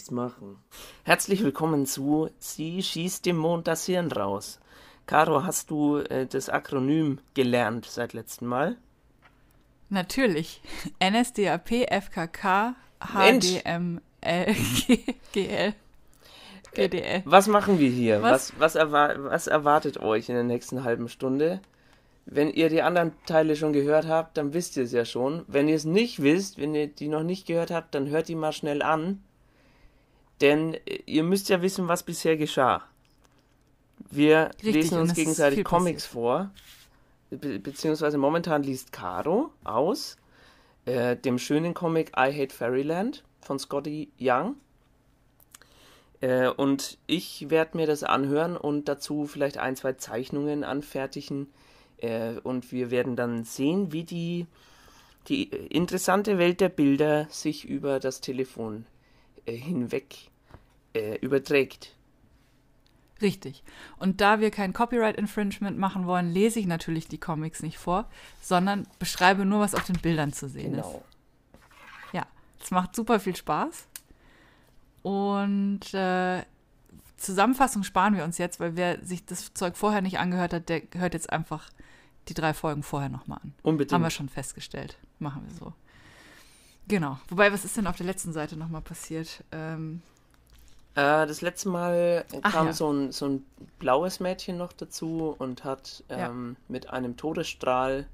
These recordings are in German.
ich's machen. Herzlich willkommen zu Sie schießt dem Mond das Hirn raus. Caro, hast du das Akronym gelernt seit letztem Mal? Natürlich. NSDAP, FKK, Mensch! HDML, GL, GDL. Was machen wir hier? Was? Was erwartet euch in der nächsten halben Stunde? Wenn ihr die anderen Teile schon gehört habt, dann wisst ihr es ja schon. Wenn ihr es nicht wisst, wenn ihr die noch nicht gehört habt, dann hört die mal schnell an. Denn ihr müsst ja wissen, was bisher geschah. Wir Richtig, lesen und uns es ist gegenseitig viel Comics vor. Beziehungsweise momentan liest Caro aus dem schönen Comic I Hate Fairyland von Scotty Young. Und ich werde mir das anhören und dazu vielleicht 1, 2 Zeichnungen anfertigen. Und wir werden dann sehen, wie die interessante Welt der Bilder sich über das Telefon hinweg überträgt. Richtig. Und da wir kein Copyright-Infringement machen wollen, lese ich natürlich die Comics nicht vor, sondern beschreibe nur, was auf den Bildern zu sehen ist. Ja, es macht super viel Spaß. Und Zusammenfassung sparen wir uns jetzt, weil wer sich das Zeug vorher nicht angehört hat, der hört jetzt einfach die 3 Folgen vorher nochmal an. Unbedingt. Haben wir schon festgestellt. Machen wir so. Genau. Wobei, was ist denn auf der letzten Seite nochmal passiert? Das letzte Mal kam ja. so ein blaues Mädchen noch dazu und hat mit einem Todesstrahl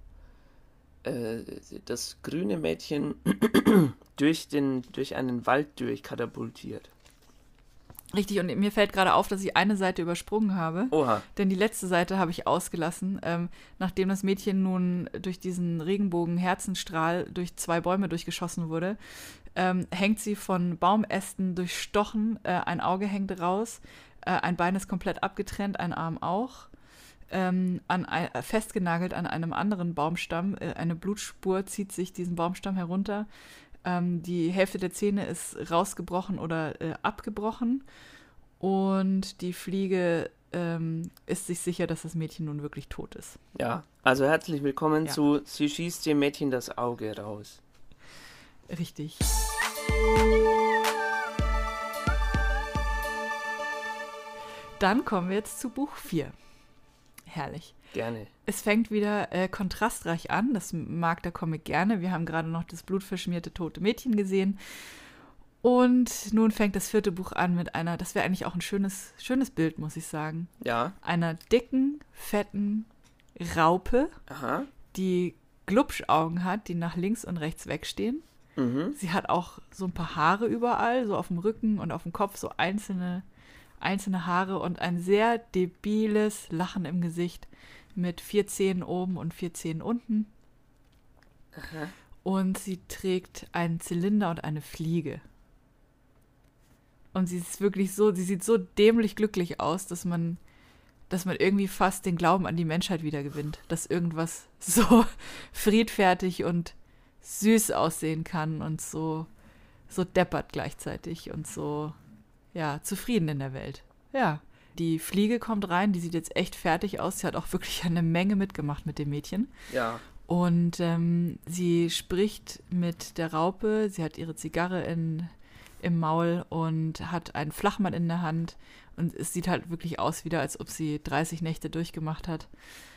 das grüne Mädchen durch einen Wald durchkatapultiert. Richtig, und mir fällt gerade auf, dass ich eine Seite übersprungen habe. Oha. Denn die letzte Seite habe ich ausgelassen. Nachdem das Mädchen nun durch diesen Regenbogen-Herzenstrahl durch 2 Bäume durchgeschossen wurde, hängt sie von Baumästen durchstochen, ein Auge hängt raus, ein Bein ist komplett abgetrennt, ein Arm auch, festgenagelt an einem anderen Baumstamm. Eine Blutspur zieht sich diesen Baumstamm herunter. Die Hälfte der Zähne ist rausgebrochen oder abgebrochen und die Fliege ist sich sicher, dass das Mädchen nun wirklich tot ist. Ja, also herzlich willkommen zu Sie schießt dem Mädchen das Auge raus. Richtig. Dann kommen wir jetzt zu Buch 4. Herrlich. Gerne. Es fängt wieder kontrastreich an, das mag der Comic gerne. Wir haben gerade noch das blutverschmierte tote Mädchen gesehen. Und nun fängt das 4. Buch an mit einer, das wäre eigentlich auch ein schönes Bild, muss ich sagen. Ja. Einer dicken, fetten Raupe, Aha. die Glubschaugen hat, die nach links und rechts wegstehen. Mhm. Sie hat auch so ein paar Haare überall, so auf dem Rücken und auf dem Kopf, so einzelne Haare und ein sehr debiles Lachen im Gesicht mit 4 Zähnen oben und 4 Zähnen unten. Aha. Und sie trägt einen Zylinder und eine Fliege. Und sie ist wirklich so, sie sieht so dämlich glücklich aus, dass man irgendwie fast den Glauben an die Menschheit wieder gewinnt. Dass irgendwas so friedfertig und süß aussehen kann und so deppert gleichzeitig und so, ja, zufrieden in der Welt. Ja, die Fliege kommt rein, die sieht jetzt echt fertig aus. Sie hat auch wirklich eine Menge mitgemacht mit dem Mädchen. Ja. Und sie spricht mit der Raupe, sie hat ihre Zigarre im Maul und hat einen Flachmann in der Hand. Und es sieht halt wirklich aus wieder, als ob sie 30 Nächte durchgemacht hat.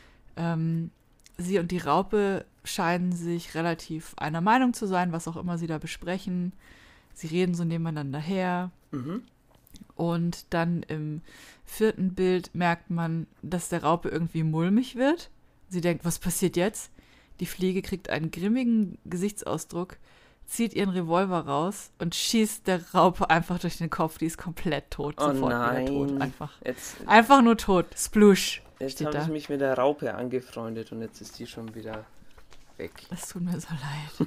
Sie und die Raupe scheinen sich relativ einer Meinung zu sein, was auch immer sie da besprechen. Sie reden so nebeneinander her. Mhm. Und dann im 4. Bild merkt man, dass der Raupe irgendwie mulmig wird. Sie denkt, was passiert jetzt? Die Fliege kriegt einen grimmigen Gesichtsausdruck, zieht ihren Revolver raus und schießt der Raupe einfach durch den Kopf. Die ist komplett tot, sofort nein. wieder tot. Einfach nur tot. Splush. Jetzt habe ich mich mit der Raupe angefreundet und jetzt ist die schon wieder weg. Das tut mir so leid.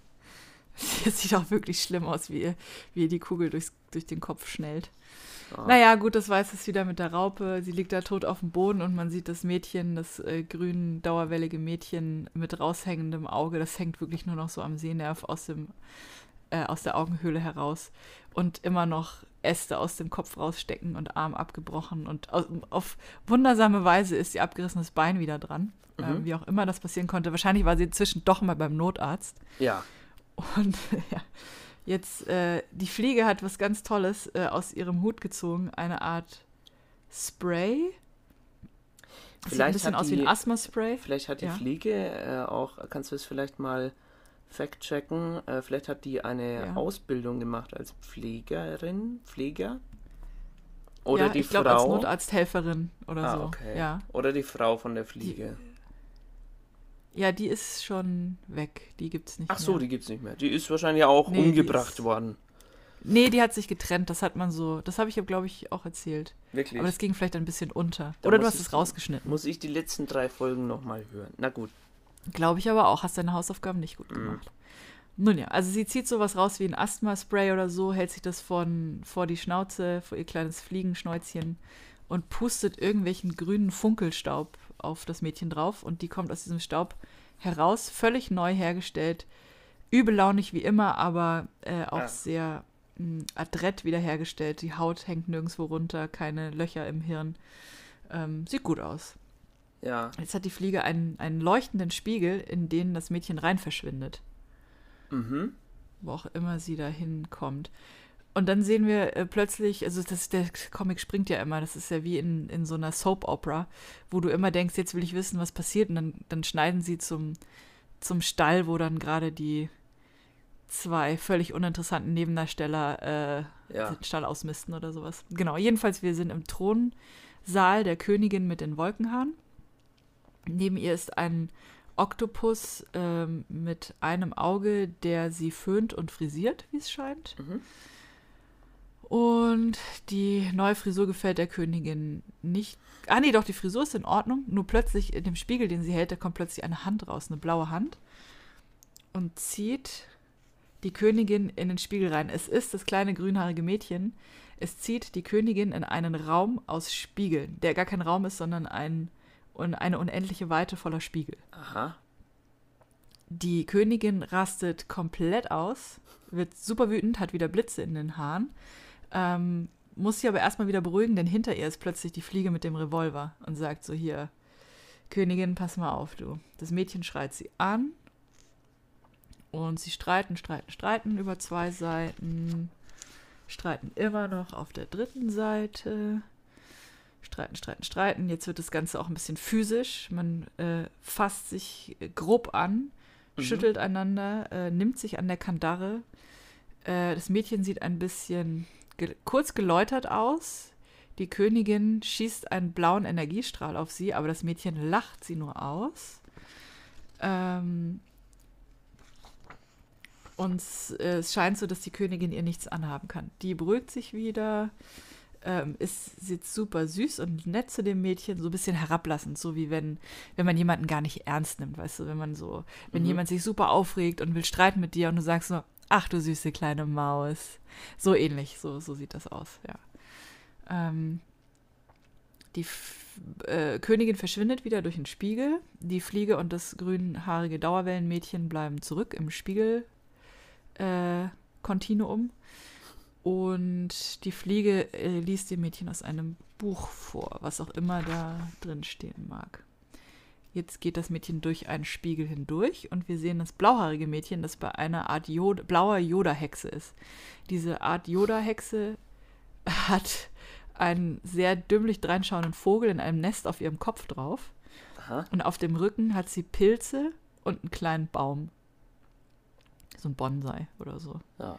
Es sieht auch wirklich schlimm aus, wie ihr die Kugel durch den Kopf schnellt. Oh. Naja, gut, das war es wieder mit der Raupe. Sie liegt da tot auf dem Boden und man sieht das Mädchen, das grün dauerwellige Mädchen mit raushängendem Auge. Das hängt wirklich nur noch so am Sehnerv aus der Augenhöhle heraus. Und immer noch Äste aus dem Kopf rausstecken und Arm abgebrochen. Und auf wundersame Weise ist ihr abgerissenes Bein wieder dran. Wie auch immer das passieren konnte. Wahrscheinlich war sie inzwischen doch mal beim Notarzt. Ja. Und ja, Jetzt, die Fliege hat was ganz Tolles aus ihrem Hut gezogen. Eine Art Spray. Das sieht ein bisschen aus wie ein Asthma-Spray. Vielleicht hat die Fliege auch, kannst du es vielleicht mal fact-checken, vielleicht hat die eine Ausbildung gemacht als Pfleger. Oder die ich Frau. glaube als Notarzthelferin oder so. Okay. Ja. Oder die Frau von der Fliege. Die ist schon weg. Die gibt's nicht mehr. Ach so, die gibt's nicht mehr. Die ist wahrscheinlich auch umgebracht worden. Nee, die hat sich getrennt. Das hat man so. Das habe ich, glaube ich, auch erzählt. Wirklich? Aber das ging vielleicht ein bisschen unter. Oder du hast es rausgeschnitten. Muss ich die letzten 3 Folgen nochmal hören. Na gut. Glaube ich aber auch. Hast deine Hausaufgaben nicht gut gemacht. Nun ja, also sie zieht sowas raus wie ein Asthma-Spray oder so, hält sich das vor die Schnauze, vor ihr kleines Fliegenschnäuzchen und pustet irgendwelchen grünen Funkelstaub auf das Mädchen drauf und die kommt aus diesem Staub heraus, völlig neu hergestellt, übellaunig wie immer, aber auch sehr adrett wiederhergestellt. Die Haut hängt nirgendwo runter, keine Löcher im Hirn. Sieht gut aus. Ja. Jetzt hat die Fliege einen leuchtenden Spiegel, in den das Mädchen rein verschwindet. Mhm. Wo auch immer sie da hinkommt. Und dann sehen wir plötzlich, also der Comic springt ja immer, das ist ja wie in so einer Soap-Opera, wo du immer denkst, jetzt will ich wissen, was passiert. Und dann schneiden sie zum Stall, wo dann gerade die 2 völlig uninteressanten Nebendarsteller den Stall ausmisten oder sowas. Genau, jedenfalls, wir sind im Thronsaal der Königin mit den Wolkenhaaren. Neben ihr ist ein Oktopus mit einem Auge, der sie föhnt und frisiert, wie es scheint. Mhm. Und die neue Frisur gefällt der Königin nicht. Ah nee, doch, die Frisur ist in Ordnung. Nur plötzlich in dem Spiegel, den sie hält, da kommt plötzlich eine Hand raus, eine blaue Hand. Und zieht die Königin in den Spiegel rein. Es ist das kleine grünhaarige Mädchen. Es zieht die Königin in einen Raum aus Spiegeln, der gar kein Raum ist, sondern eine unendliche Weite voller Spiegel. Aha. Die Königin rastet komplett aus, wird super wütend, hat wieder Blitze in den Haaren, muss sie aber erstmal wieder beruhigen, denn hinter ihr ist plötzlich die Fliege mit dem Revolver und sagt so, hier, Königin, pass mal auf, du. Das Mädchen schreit sie an und sie streiten über 2 Seiten, streiten immer noch auf der 3. Seite, streiten. Jetzt wird das Ganze auch ein bisschen physisch. Man fasst sich grob an, schüttelt einander, nimmt sich an der Kandare. Das Mädchen sieht ein bisschen kurz geläutert aus. Die Königin schießt einen blauen Energiestrahl auf sie, aber das Mädchen lacht sie nur aus. Und es scheint so, dass die Königin ihr nichts anhaben kann. Die beruhigt sich wieder. Ist jetzt super süß und nett zu dem Mädchen, so ein bisschen herablassend, so wie wenn man jemanden gar nicht ernst nimmt, weißt du, wenn jemand sich super aufregt und will streiten mit dir und du sagst so, ach du süße kleine Maus. So ähnlich, so sieht das aus, ja. Die Königin verschwindet wieder durch den Spiegel, die Fliege und das grünhaarige Dauerwellenmädchen bleiben zurück im Spiegel-Kontinuum. Und die Fliege liest dem Mädchen aus einem Buch vor, was auch immer da drin stehen mag. Jetzt geht das Mädchen durch einen Spiegel hindurch und wir sehen das blauhaarige Mädchen, das bei einer Art blauer Yoda-Hexe ist. Diese Art Yoda-Hexe hat einen sehr dümmlich dreinschauenden Vogel in einem Nest auf ihrem Kopf drauf. Aha. Und auf dem Rücken hat sie Pilze und einen kleinen Baum. So ein Bonsai oder so. Ja.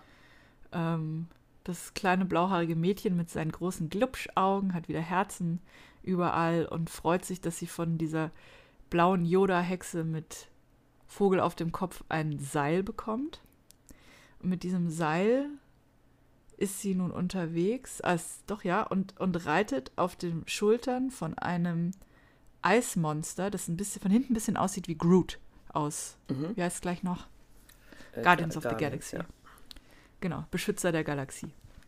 Das kleine blauhaarige Mädchen mit seinen großen Glubschaugen hat wieder Herzen überall und freut sich, dass sie von dieser blauen Yoda-Hexe mit Vogel auf dem Kopf ein Seil bekommt. Und mit diesem Seil ist sie nun unterwegs, und reitet auf den Schultern von einem Eismonster, das von hinten ein bisschen aussieht wie Groot aus. Wie heißt es gleich noch? Guardians of the Galaxy. Ja. Genau, Beschützer der Galaxie.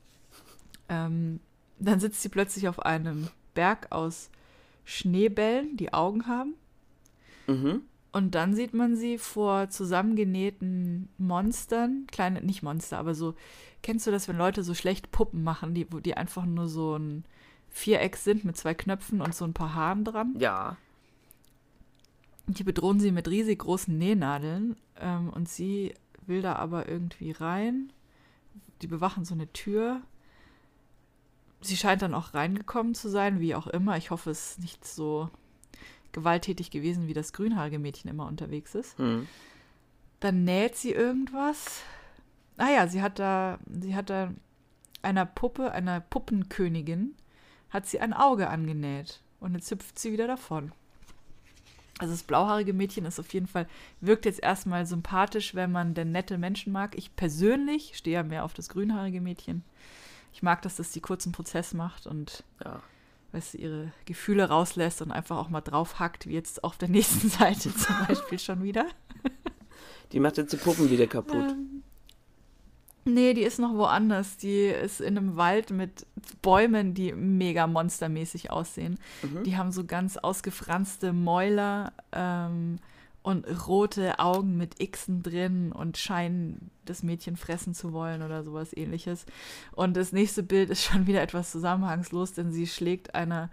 Dann sitzt sie plötzlich auf einem Berg aus Schneebällen, die Augen haben. Mhm. Und dann sieht man sie vor zusammengenähten Monstern, kleine, nicht Monster, aber so, kennst du das, wenn Leute so schlecht Puppen machen, die einfach nur so ein Viereck sind mit 2 Knöpfen und so ein paar Haaren dran? Ja. Die bedrohen sie mit riesig großen Nähnadeln und sie will da aber irgendwie rein die bewachen so eine Tür. Sie scheint dann auch reingekommen zu sein, wie auch immer. Ich hoffe, es ist nicht so gewalttätig gewesen, wie das grünhaarige Mädchen immer unterwegs ist. Dann näht sie irgendwas. Ah ja, sie hat da einer Puppe, einer Puppenkönigin, hat sie ein Auge angenäht. Und jetzt hüpft sie wieder davon. Also das blauhaarige Mädchen ist auf jeden Fall, wirkt jetzt erstmal sympathisch, wenn man denn nette Menschen mag. Ich persönlich stehe ja mehr auf das grünhaarige Mädchen. Ich mag, dass das die kurzen Prozess macht und weißt du, ihre Gefühle rauslässt und einfach auch mal draufhackt, wie jetzt auf der nächsten Seite zum Beispiel schon wieder. Die macht jetzt die Puppen wieder kaputt. Nee, die ist noch woanders. Die ist in einem Wald mit Bäumen, die mega monstermäßig aussehen. Die haben so ganz ausgefranste Mäuler und rote Augen mit Xen drin und scheinen das Mädchen fressen zu wollen oder sowas Ähnliches. Und das nächste Bild ist schon wieder etwas zusammenhangslos, denn sie schlägt einer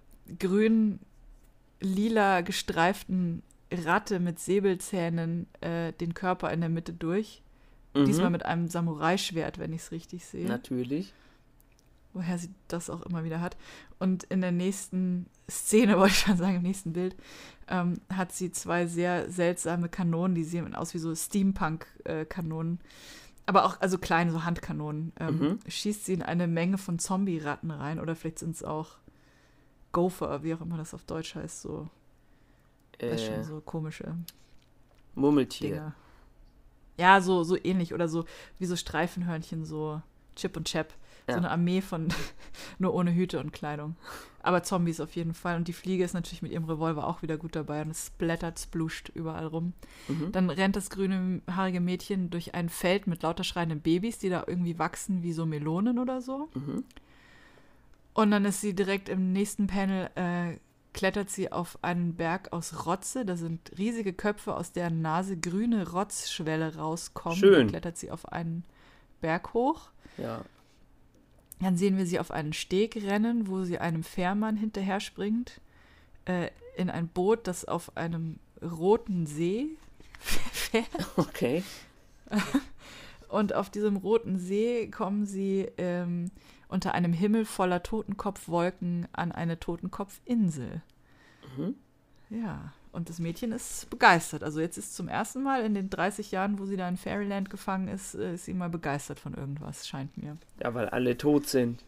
grün-lila gestreiften Ratte mit Säbelzähnen den Körper in der Mitte durch. Diesmal mit einem Samurai-Schwert, wenn ich es richtig sehe. Natürlich. Woher sie das auch immer wieder hat. Und in der nächsten Szene, wollte ich schon sagen, im nächsten Bild, hat sie zwei sehr seltsame Kanonen, die sehen aus wie so Steampunk-Kanonen. Aber auch, also kleine, so Handkanonen. Schießt sie in eine Menge von Zombie-Ratten rein. Oder vielleicht sind es auch Gopher, wie auch immer das auf Deutsch heißt. So, das schon so komische Murmeltier. Dinger. Ja, so ähnlich oder so wie so Streifenhörnchen, so Chip und Chap. Ja. So eine Armee von nur ohne Hüte und Kleidung. Aber Zombies auf jeden Fall. Und die Fliege ist natürlich mit ihrem Revolver auch wieder gut dabei und es splattert, spluscht überall rum. Dann rennt das grüne haarige Mädchen durch ein Feld mit lauter schreienden Babys, die da irgendwie wachsen wie so Melonen oder so. Und dann ist sie direkt im nächsten Panel klettert sie auf einen Berg aus Rotze. Da sind riesige Köpfe, aus deren Nase grüne Rotzschwälle rauskommen. Schön. Dann klettert sie auf einen Berg hoch. Ja. Dann sehen wir sie auf einen Steg rennen, wo sie einem Fährmann hinterher springt. In ein Boot, das auf einem roten See fährt. Okay. Und auf diesem roten See kommen sie unter einem Himmel voller Totenkopfwolken an eine Totenkopfinsel. Ja, und das Mädchen ist begeistert. Also jetzt ist zum ersten Mal in den 30 Jahren, wo sie da in Fairyland gefangen ist, ist sie mal begeistert von irgendwas, scheint mir. Ja, weil alle tot sind.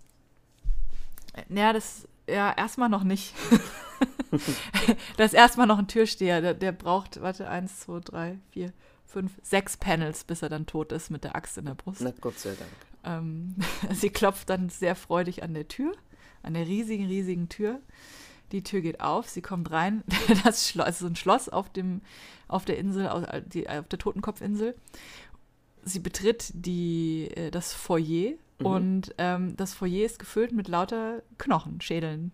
Ja, erstmal noch nicht. Da ist erstmal noch ein Türsteher, der braucht, 1, 2, 3, 4, 5, 6 Panels, bis er dann tot ist mit der Axt in der Brust. Na Gott sei Dank. Sie klopft dann sehr freudig an der Tür, an der riesigen Tür. Die Tür geht auf, sie kommt rein. Das Schloss, also so ein Schloss auf der Insel, auf der Totenkopfinsel. Sie betritt das Foyer und das Foyer ist gefüllt mit lauter Knochen, Schädeln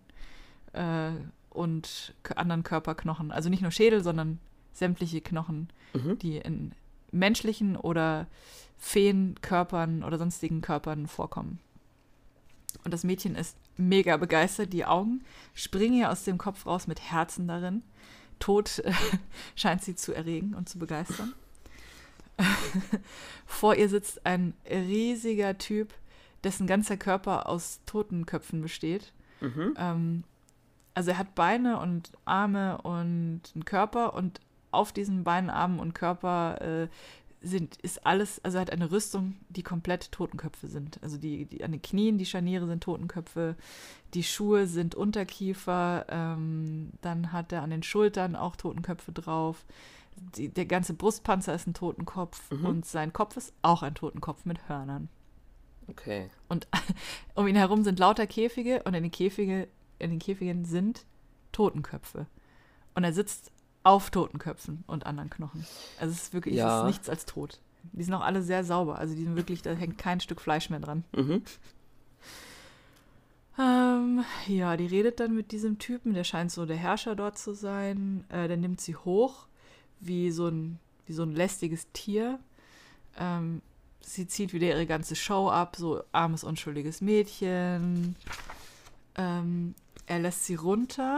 und anderen Körperknochen. Also nicht nur Schädel, sondern sämtliche Knochen, die in menschlichen oder Feenkörpern oder sonstigen Körpern vorkommen. Und das Mädchen ist mega begeistert. Die Augen springen ihr aus dem Kopf raus mit Herzen darin. Tod scheint sie zu erregen und zu begeistern. Vor ihr sitzt ein riesiger Typ, dessen ganzer Körper aus Totenköpfen besteht. Also er hat Beine und Arme und einen Körper und auf diesen Beinen, Armen und Körper ist alles, also er hat eine Rüstung, die komplett Totenköpfe sind. Also die an den Knien, die Scharniere sind Totenköpfe, die Schuhe sind Unterkiefer, dann hat er an den Schultern auch Totenköpfe drauf. Der ganze Brustpanzer ist ein Totenkopf und sein Kopf ist auch ein Totenkopf mit Hörnern. Okay. Und um ihn herum sind lauter Käfige und in den Käfigen sind Totenköpfe. Und er sitzt auf Totenköpfen und anderen Knochen. Also es ist wirklich es ist nichts als tot. Die sind auch alle sehr sauber. Also die sind wirklich, da hängt kein Stück Fleisch mehr dran. Ja, die redet dann mit diesem Typen, der scheint so der Herrscher dort zu sein. Der nimmt sie hoch, wie so ein lästiges Tier. Sie zieht wieder ihre ganze Show ab, so armes, unschuldiges Mädchen. Er lässt sie runter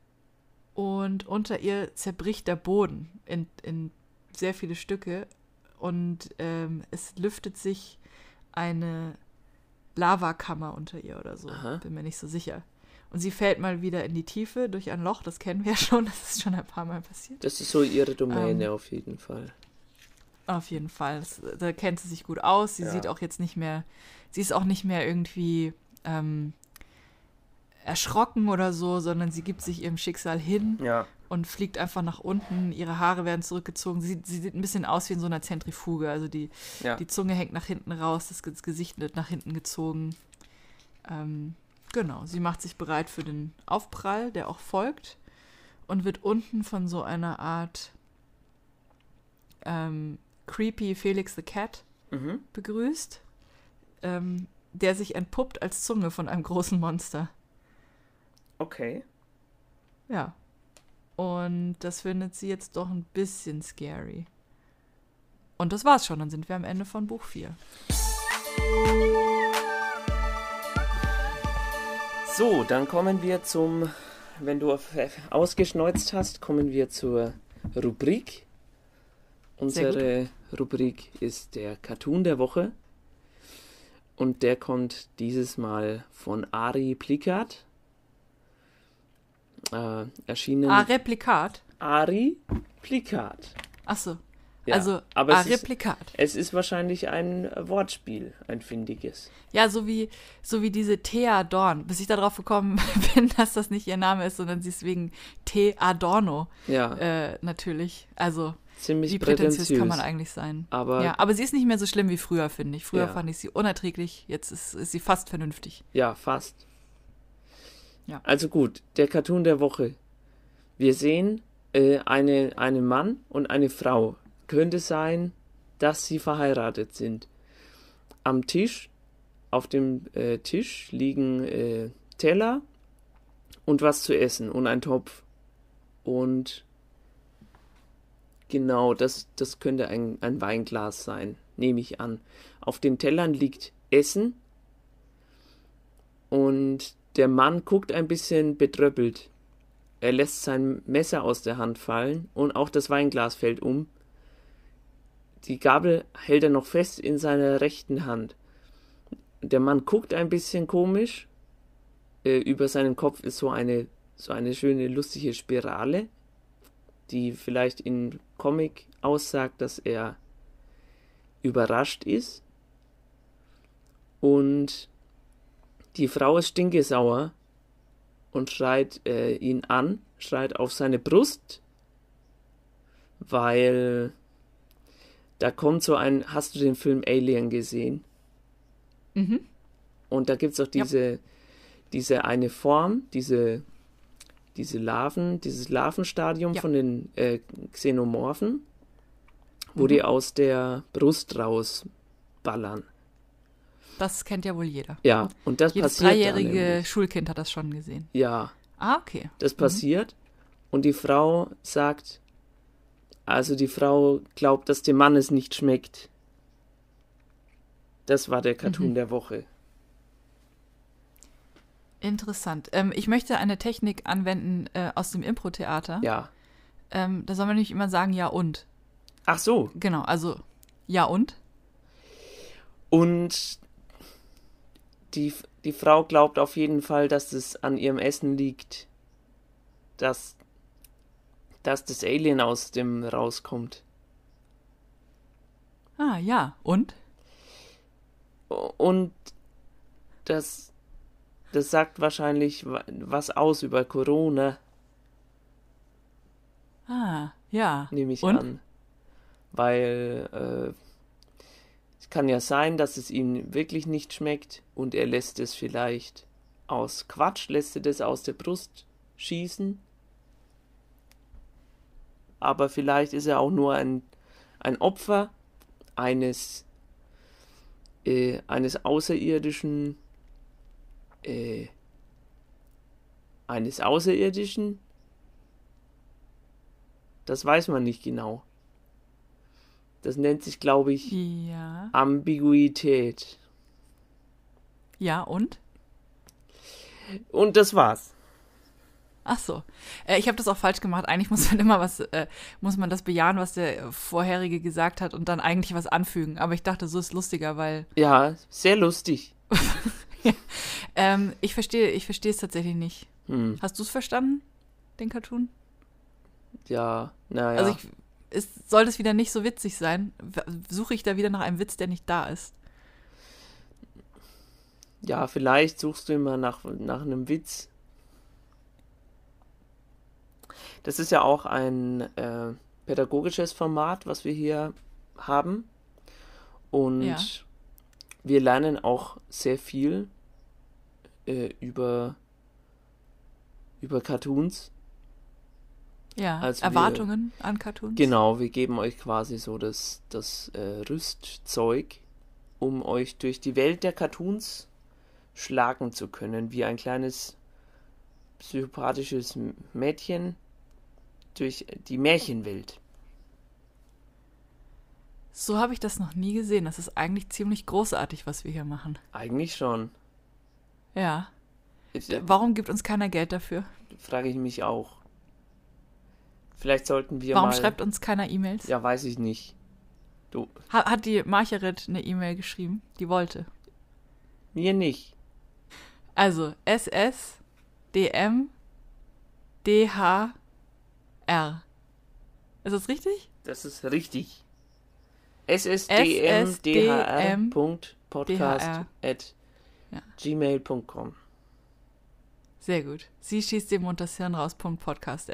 und unter ihr zerbricht der Boden in sehr viele Stücke und es lüftet sich eine Lavakammer unter ihr oder so. Aha. Bin mir nicht so sicher. Und sie fällt mal wieder in die Tiefe durch ein Loch, das kennen wir ja schon, das ist schon ein paar Mal passiert. Das ist so ihre Domäne auf jeden Fall. Auf jeden Fall. Da kennt sie sich gut aus. Sie Ja. sieht auch jetzt nicht mehr, sie ist auch nicht mehr irgendwie erschrocken oder so, sondern sie gibt sich ihrem Schicksal hin Ja. und fliegt einfach nach unten. Ihre Haare werden zurückgezogen. Sie sieht ein bisschen aus wie in so einer Zentrifuge. Also die Zunge hängt nach hinten raus, das Gesicht wird nach hinten gezogen. Genau, sie macht sich bereit für den Aufprall, der auch folgt, und wird unten von so einer Art creepy Felix the Cat Mhm. begrüßt, der sich entpuppt als Zunge von einem großen Monster. Okay. Ja. Und das findet sie jetzt doch ein bisschen scary. Und das war's schon, dann sind wir am Ende von Buch 4. So, dann kommen wir wenn du ausgeschneuzt hast, kommen wir zur Rubrik. Unsere Rubrik ist der Cartoon der Woche. Und der kommt dieses Mal von Ari Plikat. Erschienen. Replikat? Ari Plikat. Achso. Ja, Also, aber Replikat. Es ist wahrscheinlich ein Wortspiel, ein findiges. Ja, so wie diese Thea Dorn, bis ich darauf gekommen bin, dass das nicht ihr Name ist, sondern sie ist wegen T. Adorno. Ja. Natürlich. Also, Ziemlich wie prätentiös kann man eigentlich sein? Aber sie ist nicht mehr so schlimm wie früher, finde ich. Früher fand ich sie unerträglich, jetzt ist sie fast vernünftig. Ja, fast. Ja. Also gut, der Cartoon der Woche. Wir sehen einen Mann und eine Frau. Könnte sein, dass sie verheiratet sind. Am Tisch, auf dem Tisch liegen Teller und was zu essen und ein Topf. Und genau, das könnte ein Weinglas sein, nehme ich an. Auf den Tellern liegt Essen und der Mann guckt ein bisschen betröppelt. Er lässt sein Messer aus der Hand fallen und auch das Weinglas fällt um. Die Gabel hält er noch fest in seiner rechten Hand. Der Mann guckt ein bisschen komisch. Über seinem Kopf ist so eine schöne, lustige Spirale, die vielleicht in Comic aussagt, dass er überrascht ist. Und die Frau ist stinkesauer und schreit ihn an, schreit auf seine Brust, weil da kommt hast du den Film Alien gesehen? Mhm. Und da gibt es auch diese eine Form, dieses Larvenstadium von den Xenomorphen, wo die aus der Brust rausballern. Das kennt ja wohl jeder. Ja, und das Jedes passiert. Jedes 3-jährige nämlich. Schulkind hat das schon gesehen. Ja. Okay. Das passiert und die Frau sagt, also die Frau glaubt, dass dem Mann es nicht schmeckt. Das war der Cartoon der Woche. Interessant. Ich möchte eine Technik anwenden aus dem Impro-Theater. Ja. Da soll man nämlich immer sagen, ja und. Ach so. Genau, also ja und. Und die Frau glaubt auf jeden Fall, dass es an ihrem Essen liegt, dass das Alien aus dem rauskommt. Ah, ja. Und? Und das sagt wahrscheinlich was aus über Corona, Ah, ja. nehme ich und? an. Weil es kann ja sein, dass es ihm wirklich nicht schmeckt und er lässt es vielleicht aus Quatsch, lässt er das aus der Brust schießen. Aber vielleicht ist er auch nur ein Opfer eines Außerirdischen, das weiß man nicht genau. Das nennt sich, glaube ich, Ja. Ambiguität. Ja, und? Und das war's. Ach so. Ich habe das auch falsch gemacht. Eigentlich muss man das bejahen, was der Vorherige gesagt hat und dann eigentlich was anfügen. Aber ich dachte, so ist lustiger, weil Ja, sehr lustig. ich verstehe es tatsächlich nicht. Hast du es verstanden, den Cartoon? Ja, naja. Also soll das wieder nicht so witzig sein? Suche ich da wieder nach einem Witz, der nicht da ist? Ja, vielleicht suchst du immer nach einem Witz. Das ist ja auch ein pädagogisches Format, was wir hier haben. Und Ja. wir lernen auch sehr viel über Cartoons. Ja, Also Erwartungen an Cartoons? Genau, wir geben euch quasi so das Rüstzeug, um euch durch die Welt der Cartoons schlagen zu können, wie ein kleines psychopathisches Mädchen durch die Märchenwelt. So habe ich das noch nie gesehen. Das ist eigentlich ziemlich großartig, was wir hier machen. Eigentlich schon. Ja. Warum gibt uns keiner Geld dafür? Frage ich mich auch. Vielleicht sollten wir Warum mal... schreibt uns keiner E-Mails? Ja, weiß ich nicht. Du, Hat die Marcherit eine E-Mail geschrieben? Die wollte. mir nicht. Also SSDMDHR. Ist das richtig? Das ist richtig. ssdmdhr.podcast@gmail.com. Sehr gut. Sie schießt dem unter das Hirn raus. Podcast.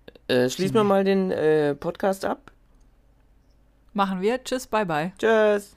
Schließen wir mal den Podcast ab. Machen wir. Tschüss, bye bye. Tschüss.